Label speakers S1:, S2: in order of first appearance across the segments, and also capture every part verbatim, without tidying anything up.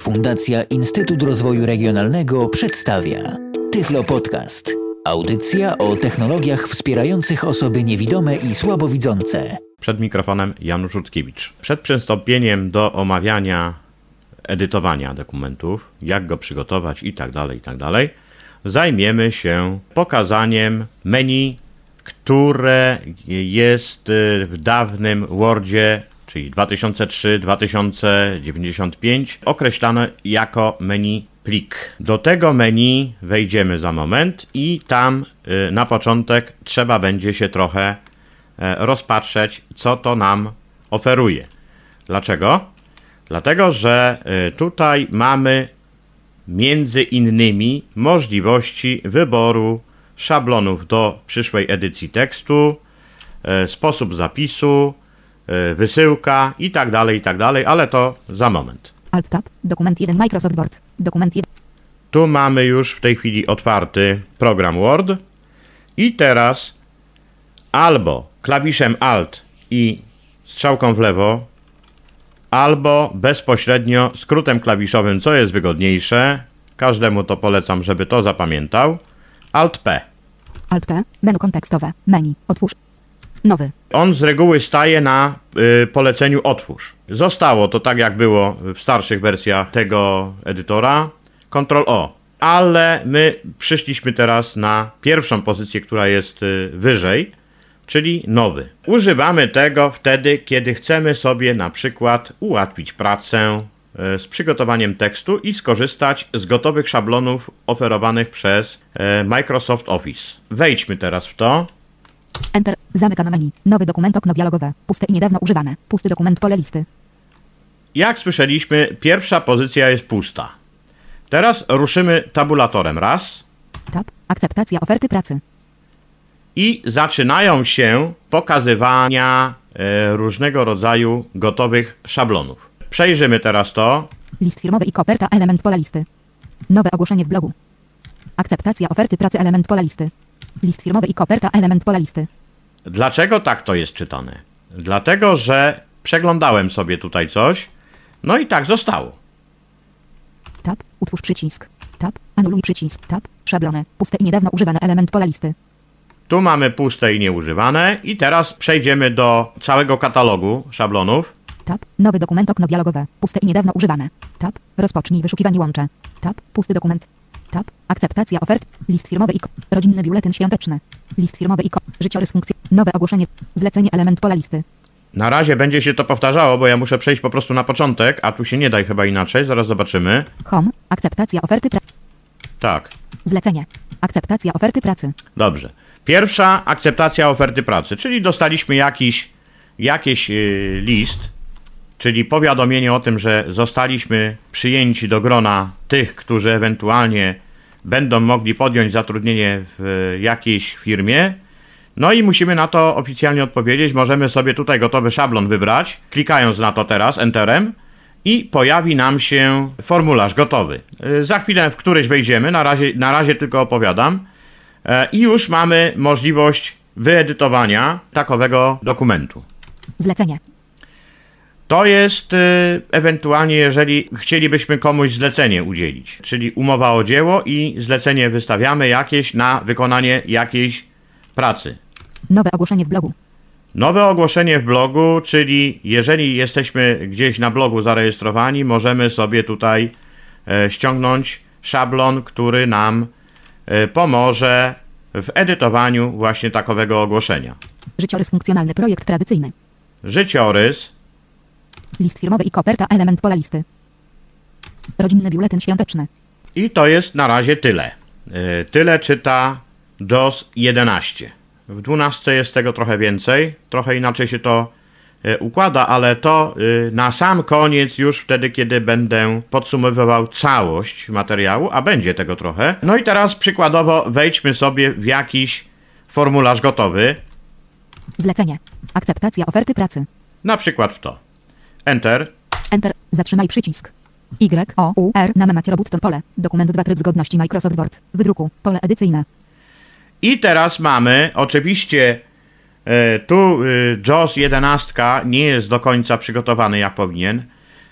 S1: Fundacja Instytut Rozwoju Regionalnego przedstawia Tyflo Podcast. Audycja o technologiach wspierających osoby niewidome i słabowidzące.
S2: Przed mikrofonem Janusz Rutkiewicz. Przed przystąpieniem do omawiania edytowania dokumentów, jak go przygotować i tak dalej, i tak dalej, zajmiemy się pokazaniem menu, które jest w dawnym Wordzie, czyli dwa tysiące trzy dwa tysiące dziewięćdziesiąt pięć, określane jako menu plik. Do tego menu wejdziemy za moment i tam na początek trzeba będzie się trochę rozpatrzeć, co to nam oferuje. Dlaczego? Dlatego, że tutaj mamy między innymi możliwości wyboru szablonów do przyszłej edycji tekstu, sposób zapisu, wysyłka i tak dalej, i tak dalej, ale to za moment.
S3: Alt Tab, dokument jeden Microsoft Word, dokument jeden.
S2: Tu mamy już w tej chwili otwarty program Word i teraz albo klawiszem Alt i strzałką w lewo, albo bezpośrednio skrótem klawiszowym, co jest wygodniejsze. Każdemu to polecam, żeby to zapamiętał. Alt P.
S3: Alt P, menu kontekstowe, menu, otwórz. Nowy.
S2: On z reguły staje na y, poleceniu otwórz. Zostało to tak, jak było w starszych wersjach tego edytora. kontrol O. Ale my przyszliśmy teraz na pierwszą pozycję, która jest y, wyżej, czyli nowy. Używamy tego wtedy, kiedy chcemy sobie na przykład ułatwić pracę y, z przygotowaniem tekstu i skorzystać z gotowych szablonów oferowanych przez y, Microsoft Office. Wejdźmy teraz w to.
S3: Enter. Zamykam menu. Nowy dokument, okno dialogowe. Puste i niedawno używane. Pusty dokument, pole listy.
S2: Jak słyszeliśmy, pierwsza pozycja jest pusta. Teraz ruszymy tabulatorem raz.
S3: Tab. Akceptacja oferty pracy.
S2: I zaczynają się pokazywania e, różnego rodzaju gotowych szablonów. Przejrzymy teraz to.
S3: List firmowy i koperta, element pola listy. Nowe ogłoszenie w blogu. Akceptacja oferty pracy, element pola listy. List firmowy i koperta, element pola listy.
S2: Dlaczego tak to jest czytane? Dlatego, że przeglądałem sobie tutaj coś, no i tak zostało.
S3: Tab, utwórz przycisk. Tab, anuluj przycisk. Tab, szablony, puste i niedawno używane, element pola listy.
S2: Tu mamy puste i nieużywane i teraz przejdziemy do całego katalogu szablonów.
S3: Tab, nowy dokument, okno dialogowe, puste i niedawno używane. Tab, rozpocznij wyszukiwanie łącze. Tab, pusty dokument. Tab, akceptacja ofert, list firmowy i ko- rodzinny biuletyn świąteczny. List firmowy i ko- życiorys funkcje, nowe ogłoszenie, zlecenie, element pola listy.
S2: Na razie będzie się to powtarzało, bo ja muszę przejść po prostu na początek, a tu się nie da chyba inaczej, zaraz zobaczymy.
S3: Home, akceptacja oferty pracy.
S2: Tak.
S3: Zlecenie, akceptacja oferty pracy.
S2: Dobrze. Pierwsza akceptacja oferty pracy, czyli dostaliśmy jakiś, jakiś yy, list, czyli powiadomienie o tym, że zostaliśmy przyjęci do grona tych, którzy ewentualnie będą mogli podjąć zatrudnienie w jakiejś firmie. No i musimy na to oficjalnie odpowiedzieć. Możemy sobie tutaj gotowy szablon wybrać, klikając na to teraz, enterem, i pojawi nam się formularz gotowy. Yy, za chwilę w któryś wejdziemy, na razie, na razie tylko opowiadam. Yy, I już mamy możliwość wyedytowania takowego dokumentu.
S3: Zlecenie.
S2: To jest y, ewentualnie, jeżeli chcielibyśmy komuś zlecenie udzielić, czyli umowa o dzieło i zlecenie wystawiamy jakieś na wykonanie jakiejś pracy.
S3: Nowe ogłoszenie w blogu.
S2: Nowe ogłoszenie w blogu, czyli jeżeli jesteśmy gdzieś na blogu zarejestrowani, możemy sobie tutaj e, ściągnąć szablon, który nam e, pomoże w edytowaniu właśnie takowego ogłoszenia.
S3: Życiorys funkcjonalny, projekt tradycyjny.
S2: Życiorys.
S3: List firmowy i koperta, element pola listy. Rodzinny biuletyn świąteczny.
S2: I to jest na razie tyle. Yy, tyle czyta DOS jedenaście. W dwunastce jest tego trochę więcej. Trochę inaczej się to yy, układa, ale to yy, na sam koniec, już wtedy, kiedy będę podsumowywał całość materiału, a będzie tego trochę. No i teraz przykładowo wejdźmy sobie w jakiś formularz gotowy.
S3: Zlecenie. Akceptacja oferty pracy.
S2: Na przykład w to. Enter.
S3: Enter. Zatrzymaj przycisk. Y, O, U, R. Na memacie robót to pole. Dokument dwa tryb zgodności Microsoft Word. Wydruku. Pole edycyjne.
S2: I teraz mamy, oczywiście e, tu e, JAWS jedenaście nie jest do końca przygotowany jak powinien.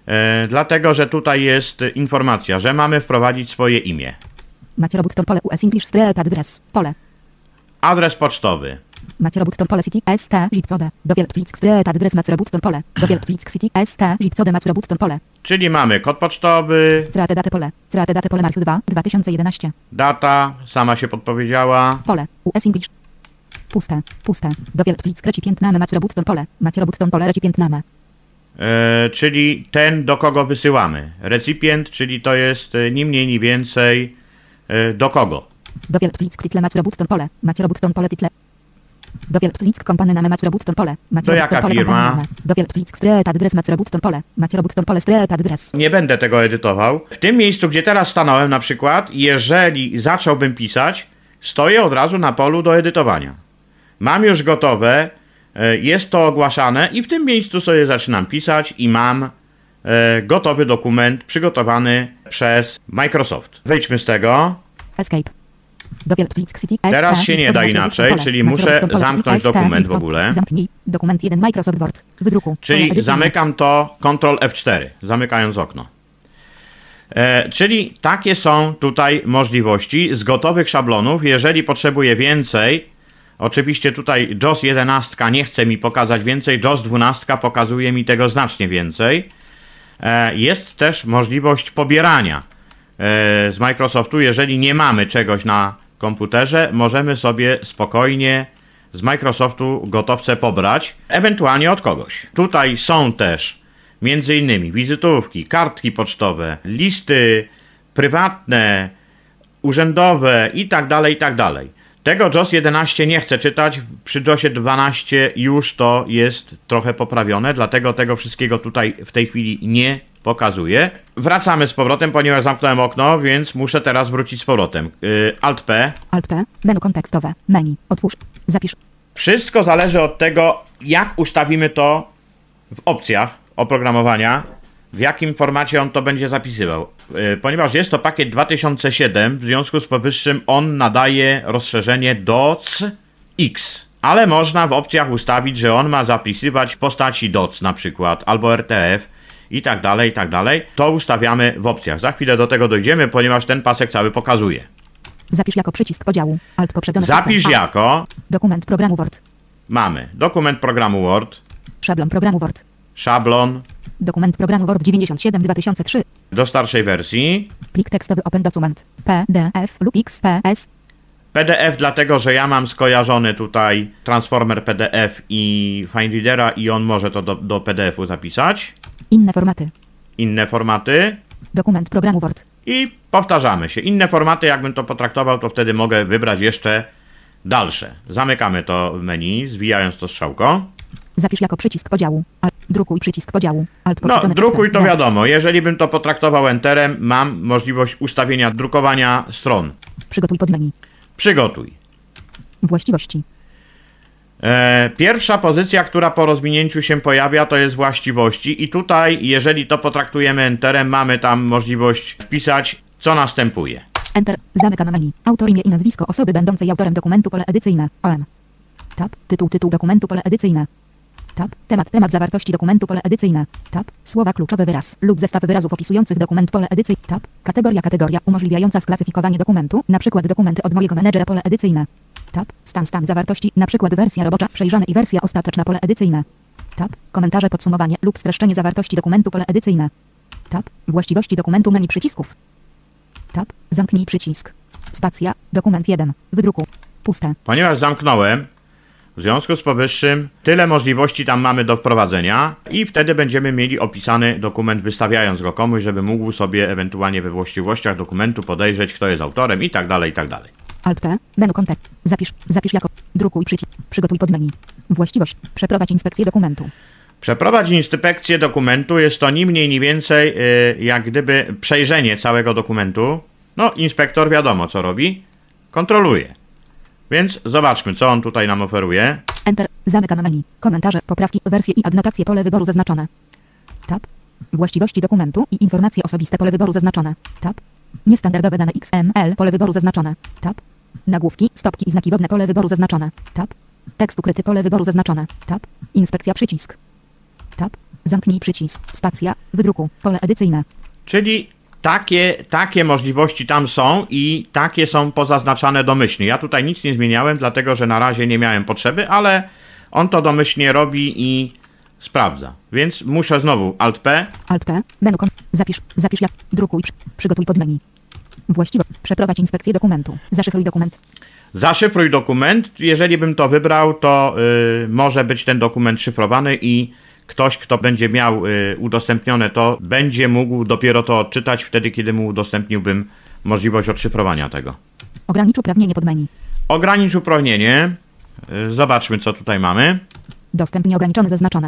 S2: E, dlatego, że tutaj jest informacja, że mamy wprowadzić swoje imię.
S3: Macie robót to pole U S English Street Address. Pole.
S2: Adres pocztowy.
S3: Macie robót to pole City S T Gipcode. Do Wielkopolsk Street Address macie robót to pole. Do Wielkopolsk City S T Gipcode macie robót to pole.
S2: Czyli mamy kod pocztowy,
S3: Create date pole. Create date pole March drugi dwa tysiące jedenaście.
S2: data, sama się podpowiedziała.
S3: Pole. U S English. Puste. Puste. Do Wielkopolsk recipient macie robót to pole. Macie robót to pole recipient name.
S2: E, czyli ten, do kogo wysyłamy. Recipient, czyli to jest e, ni mniej, ni więcej e, do kogo.
S3: Do Wielkopolsk title macie robót to pole. Macie robót to pole title. Do Wielkopolsk kompany name macie robót to pole. Macie
S2: To
S3: robót
S2: jaka
S3: to pole
S2: firma?
S3: kompany name. Do Wielkopolsk Street Address macie robót to pole. Macie robót to pole Street Address.
S2: Nie będę tego edytował. W tym miejscu, gdzie teraz stanąłem na przykład, jeżeli zacząłbym pisać, stoję od razu na polu do edytowania. Mam już gotowe, e, jest to ogłaszane i w tym miejscu sobie zaczynam pisać i mam e, gotowy dokument przygotowany przez Microsoft. Wyjdźmy z tego.
S3: Escape. Do Wielkopolsk City.
S2: Teraz się nie da inaczej, czyli muszę zamknąć dokument w ogóle.
S3: Zamknij. Dokument jeden Microsoft Word. Wydruku.
S2: Czyli zamykam to kontrol F cztery, zamykając okno. E, czyli takie są tutaj możliwości z gotowych szablonów. Jeżeli potrzebuję więcej, oczywiście tutaj JAWS jedenaście nie chce mi pokazać więcej, JAWS dwanaście pokazuje mi tego znacznie więcej. E, jest też możliwość pobierania e, z Microsoftu. Jeżeli nie mamy czegoś na komputerze, możemy sobie spokojnie z Microsoftu gotowce pobrać, ewentualnie od kogoś. Tutaj są też między innymi wizytówki, kartki pocztowe, listy prywatne, urzędowe i tak dalej, i tak dalej. Tego JAWS jedenaście nie chcę czytać, przy JAWSie dwanaście już to jest trochę poprawione, dlatego tego wszystkiego tutaj w tej chwili nie pokazuję. Wracamy z powrotem, ponieważ zamknąłem okno, więc muszę teraz wrócić z powrotem. Yy, Alt P.
S3: Alt P. Menu kontekstowe. Menu. Otwórz. Zapisz.
S2: Wszystko zależy od tego, jak ustawimy to w opcjach oprogramowania, w jakim formacie on to będzie zapisywał. Yy, ponieważ jest to pakiet dwa tysiące siedem, w związku z powyższym on nadaje rozszerzenie doc X. Ale można w opcjach ustawić, że on ma zapisywać w postaci doc na przykład, albo R T F i tak dalej, i tak dalej. To ustawiamy w opcjach. Za chwilę do tego dojdziemy, ponieważ ten pasek cały pokazuje.
S3: Zapisz jako przycisk podziału. Alt poprzedzony.
S2: Zapisz
S3: pasem.
S2: jako.
S3: Dokument programu Word.
S2: Mamy dokument programu Word,
S3: Szablon programu Word.
S2: szablon
S3: Dokument programu Word dziewięćdziesiąt siedem dwa tysiące trzy.
S2: do starszej wersji.
S3: Plik tekstowy Open Document. P D F lub X P S.
S2: P D F dlatego, że ja mam skojarzony tutaj transformer P D F i FineReadera i on może to do, do P D F-u zapisać.
S3: Inne formaty.
S2: Inne formaty.
S3: Dokument programu Word.
S2: I powtarzamy się. Inne formaty, jakbym to potraktował, to wtedy mogę wybrać jeszcze dalsze. Zamykamy to menu, zwijając to strzałką.
S3: Zapisz jako przycisk podziału. Alt. Drukuj przycisk podziału. Alt
S2: No,
S3: poprzedzony
S2: drukuj to
S3: pasem.
S2: wiadomo. Jeżeli bym to potraktował Enterem, mam możliwość ustawienia drukowania stron.
S3: Przygotuj podmenu.
S2: Przygotuj.
S3: Właściwości.
S2: E, pierwsza pozycja, która po rozwinięciu się pojawia, to jest właściwości i tutaj, jeżeli to potraktujemy Enterem, mamy tam możliwość wpisać, co następuje.
S3: Enter. Zamykam menu. Autor, imię i nazwisko osoby będącej autorem dokumentu, pole edycyjne. O M. Tab. Tytuł, tytuł dokumentu, pole edycyjne. Tab. Temat, temat zawartości dokumentu, pole edycyjne. Tab. Słowa kluczowe, wyraz lub zestaw wyrazów opisujących dokument, pole edycyjne. Tab. Kategoria, kategoria umożliwiająca sklasyfikowanie dokumentu, na przykład dokumenty od mojego menedżera, pole edycyjne. Tab. Stan, stan zawartości, na przykład wersja robocza, przejrzane i wersja ostateczna, pole edycyjne. Tab. Komentarze, podsumowanie lub streszczenie zawartości dokumentu, pole edycyjne. Tab. Właściwości dokumentu, menu przycisków. Tab. Zamknij przycisk. Spacja. Dokument jeden. Wydruku. Puste.
S2: Ponieważ zamknąłem, w związku z powyższym tyle możliwości tam mamy do wprowadzenia i wtedy będziemy mieli opisany dokument, wystawiając go komuś, żeby mógł sobie ewentualnie we właściwościach dokumentu podejrzeć, kto jest autorem i tak dalej, i tak dalej.
S3: Alt P. Menu kontakt. Zapisz. Zapisz jako. Drukuj przycisk. Przygotuj podmenu. Właściwość. Przeprowadź inspekcję dokumentu.
S2: Przeprowadź inspekcję dokumentu, jest to ni mniej, ni więcej yy, jak gdyby przejrzenie całego dokumentu. No, inspektor wiadomo co robi, kontroluje. Więc zobaczmy, co on tutaj nam oferuje.
S3: Enter. Zamykam menu. Komentarze, poprawki, wersje i adnotacje, pole wyboru zaznaczone. Tab. Właściwości dokumentu i informacje osobiste, pole wyboru zaznaczone. Tab. Niestandardowe dane X M L, pole wyboru zaznaczone. Tab. Nagłówki, stopki i znaki wodne, pole wyboru zaznaczone. Tab. Tekst ukryty, pole wyboru zaznaczone. Tab. Inspekcja przycisk. Tab. Zamknij przycisk. Spacja. Wydruku. Pole edycyjne.
S2: Czyli takie, takie możliwości tam są i takie są pozaznaczane domyślnie. Ja tutaj nic nie zmieniałem, dlatego że na razie nie miałem potrzeby, ale on to domyślnie robi i sprawdza. Więc muszę znowu Alt P.
S3: Alt P. Menu kon. Zapisz. Zapisz jak. Drukuj. Przy, przygotuj podmenu. Właściwo. Przeprowadź inspekcję dokumentu. Zaszyfruj dokument.
S2: Zaszyfruj dokument. Jeżeli bym to wybrał, to yy, może być ten dokument szyfrowany i ktoś, kto będzie miał y, udostępnione to, będzie mógł dopiero to odczytać wtedy, kiedy mu udostępniłbym możliwość odszyfrowania tego.
S3: Ogranicz uprawnienie podmenu.
S2: Ogranicz uprawnienie. Y, zobaczmy, co tutaj mamy.
S3: Dostęp nieograniczony zaznaczone.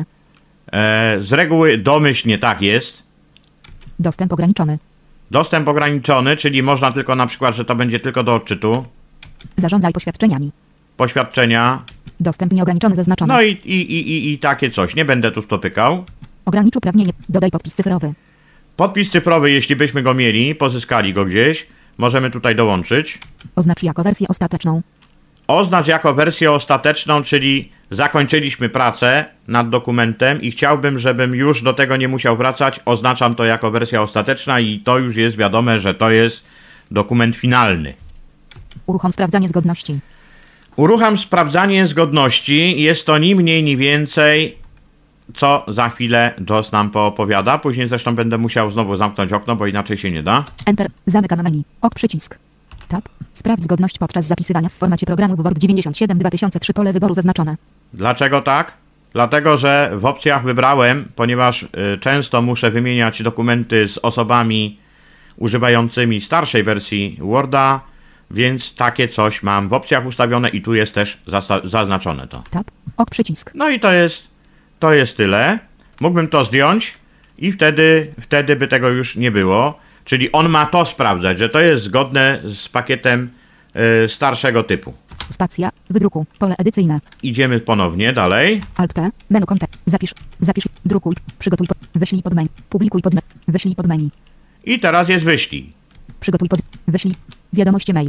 S2: E, z reguły domyślnie tak jest.
S3: Dostęp ograniczony.
S2: Dostęp ograniczony, czyli można tylko na przykład, że to będzie tylko do odczytu.
S3: Zarządzaj poświadczeniami.
S2: Poświadczenia.
S3: Dostęp nieograniczony zaznaczony.
S2: No i, i, i, i, i takie coś. Nie będę tu stopykał.
S3: Ogranicz uprawnienie. Dodaj podpis cyfrowy.
S2: Podpis cyfrowy, jeśli byśmy go mieli, pozyskali go gdzieś, możemy tutaj dołączyć.
S3: Oznacz jako wersję ostateczną.
S2: Oznacz jako wersję ostateczną, czyli zakończyliśmy pracę nad dokumentem i chciałbym, żebym już do tego nie musiał wracać. Oznaczam to jako wersja ostateczna i to już jest wiadome, że to jest dokument finalny.
S3: Uruchom sprawdzanie zgodności.
S2: Urucham sprawdzanie zgodności. Jest to ni mniej, ni więcej, co za chwilę Jos nam poopowiada. Później zresztą będę musiał znowu zamknąć okno, bo inaczej się nie da.
S3: Enter. Zamykam menu. Ok przycisk. Tab. Sprawdź zgodność podczas zapisywania w formacie programu w Word dziewięćdziesiąt siedem dwa tysiące trzy pole wyboru zaznaczone.
S2: Dlaczego tak? Dlatego, że w opcjach wybrałem, ponieważ y, często muszę wymieniać dokumenty z osobami używającymi starszej wersji Worda, więc takie coś mam w opcjach ustawione i tu jest też zasta- zaznaczone to.
S3: Tab. Ok przycisk.
S2: No i to jest, to jest tyle. Mógłbym to zdjąć i wtedy, wtedy by tego już nie było. Czyli on ma to sprawdzać, że to jest zgodne z pakietem y, starszego typu.
S3: Spacja. Wydruku. Pole edycyjne.
S2: Idziemy ponownie dalej.
S3: Alt P. Menu kontekst. Zapisz. Zapisz. Drukuj. Przygotuj. Pod, wyślij podmenu. Publikuj podmenu. Wyślij podmenu.
S2: I teraz jest wyślij.
S3: Przygotuj pod. Wyślij. Wiadomość mail.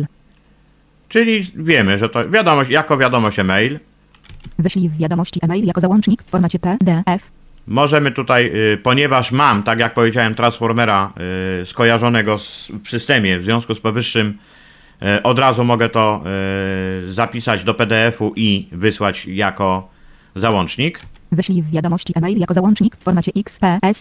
S2: Czyli wiemy, że to wiadomość, jako wiadomość e-mail.
S3: Wyślij wiadomości e-mail jako załącznik w formacie P D F.
S2: Możemy tutaj, y, ponieważ mam, tak jak powiedziałem, transformera y, skojarzonego z, w systemie, w związku z powyższym y, od razu mogę to y, zapisać do P D F-u i wysłać jako załącznik.
S3: Wyślij wiadomości e-mail jako załącznik w formacie X P S.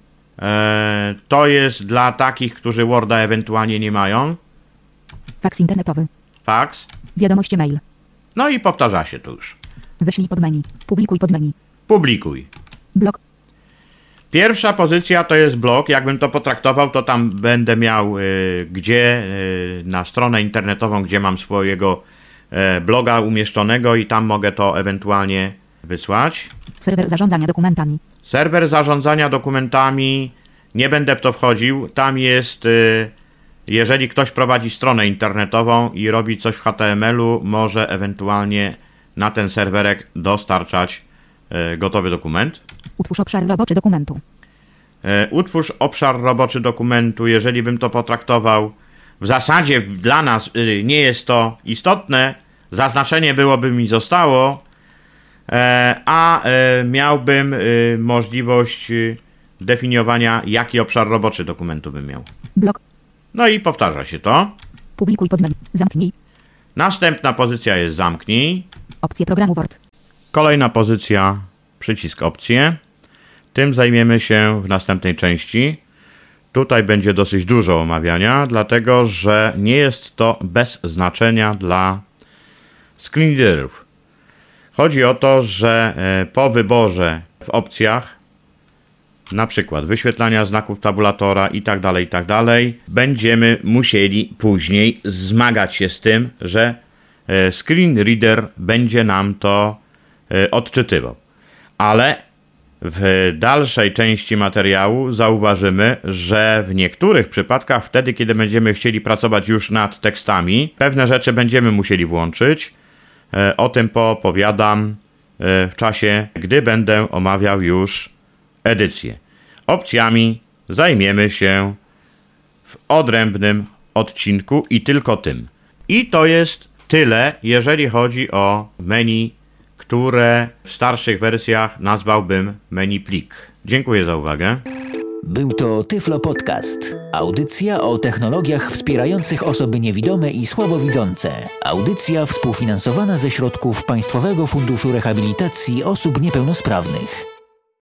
S2: E, to jest dla takich, którzy Worda ewentualnie nie mają.
S3: Faks internetowy.
S2: Fax.
S3: Wiadomość mail.
S2: No i powtarza się to już.
S3: Wyślij podmenu. Publikuj podmenu.
S2: Publikuj.
S3: Blok.
S2: Pierwsza pozycja to jest blog. Jakbym to potraktował, to tam będę miał y, gdzie y, na stronę internetową, gdzie mam swojego y, bloga umieszczonego i tam mogę to ewentualnie wysłać.
S3: Serwer zarządzania dokumentami.
S2: Serwer zarządzania dokumentami. Nie będę w to wchodził. Tam jest, y, jeżeli ktoś prowadzi stronę internetową i robi coś w H T M L-u, może ewentualnie na ten serwerek dostarczać y, gotowy dokument.
S3: Utwórz obszar roboczy dokumentu.
S2: E, utwórz obszar roboczy dokumentu, jeżeli bym to potraktował. W zasadzie dla nas y, nie jest to istotne. Zaznaczenie byłoby mi zostało, e, a e, miałbym y, możliwość y, definiowania, jaki obszar roboczy dokumentu bym miał.
S3: Blok.
S2: No i powtarza się to.
S3: Publikuj podmenu. Zamknij.
S2: Następna pozycja jest zamknij.
S3: Opcje programu Word.
S2: Kolejna pozycja, przycisk opcje. Tym zajmiemy się w następnej części. Tutaj będzie dosyć dużo omawiania, dlatego że nie jest to bez znaczenia dla screenreaderów. Chodzi o to, że po wyborze w opcjach, na przykład wyświetlania znaków tabulatora i tak dalej, i tak dalej, będziemy musieli później zmagać się z tym, że screenreader będzie nam to odczytywał. Ale w dalszej części materiału zauważymy, że w niektórych przypadkach, wtedy kiedy będziemy chcieli pracować już nad tekstami, pewne rzeczy będziemy musieli włączyć. O tym poopowiadam w czasie, gdy będę omawiał już edycję. Opcjami zajmiemy się w odrębnym odcinku i tylko tym. I to jest tyle, jeżeli chodzi o menu, które w starszych wersjach nazwałbym menu plik. Dziękuję za uwagę.
S1: Był to Tyflo Podcast. Audycja o technologiach wspierających osoby niewidome i słabowidzące. Audycja współfinansowana ze środków Państwowego Funduszu Rehabilitacji Osób Niepełnosprawnych.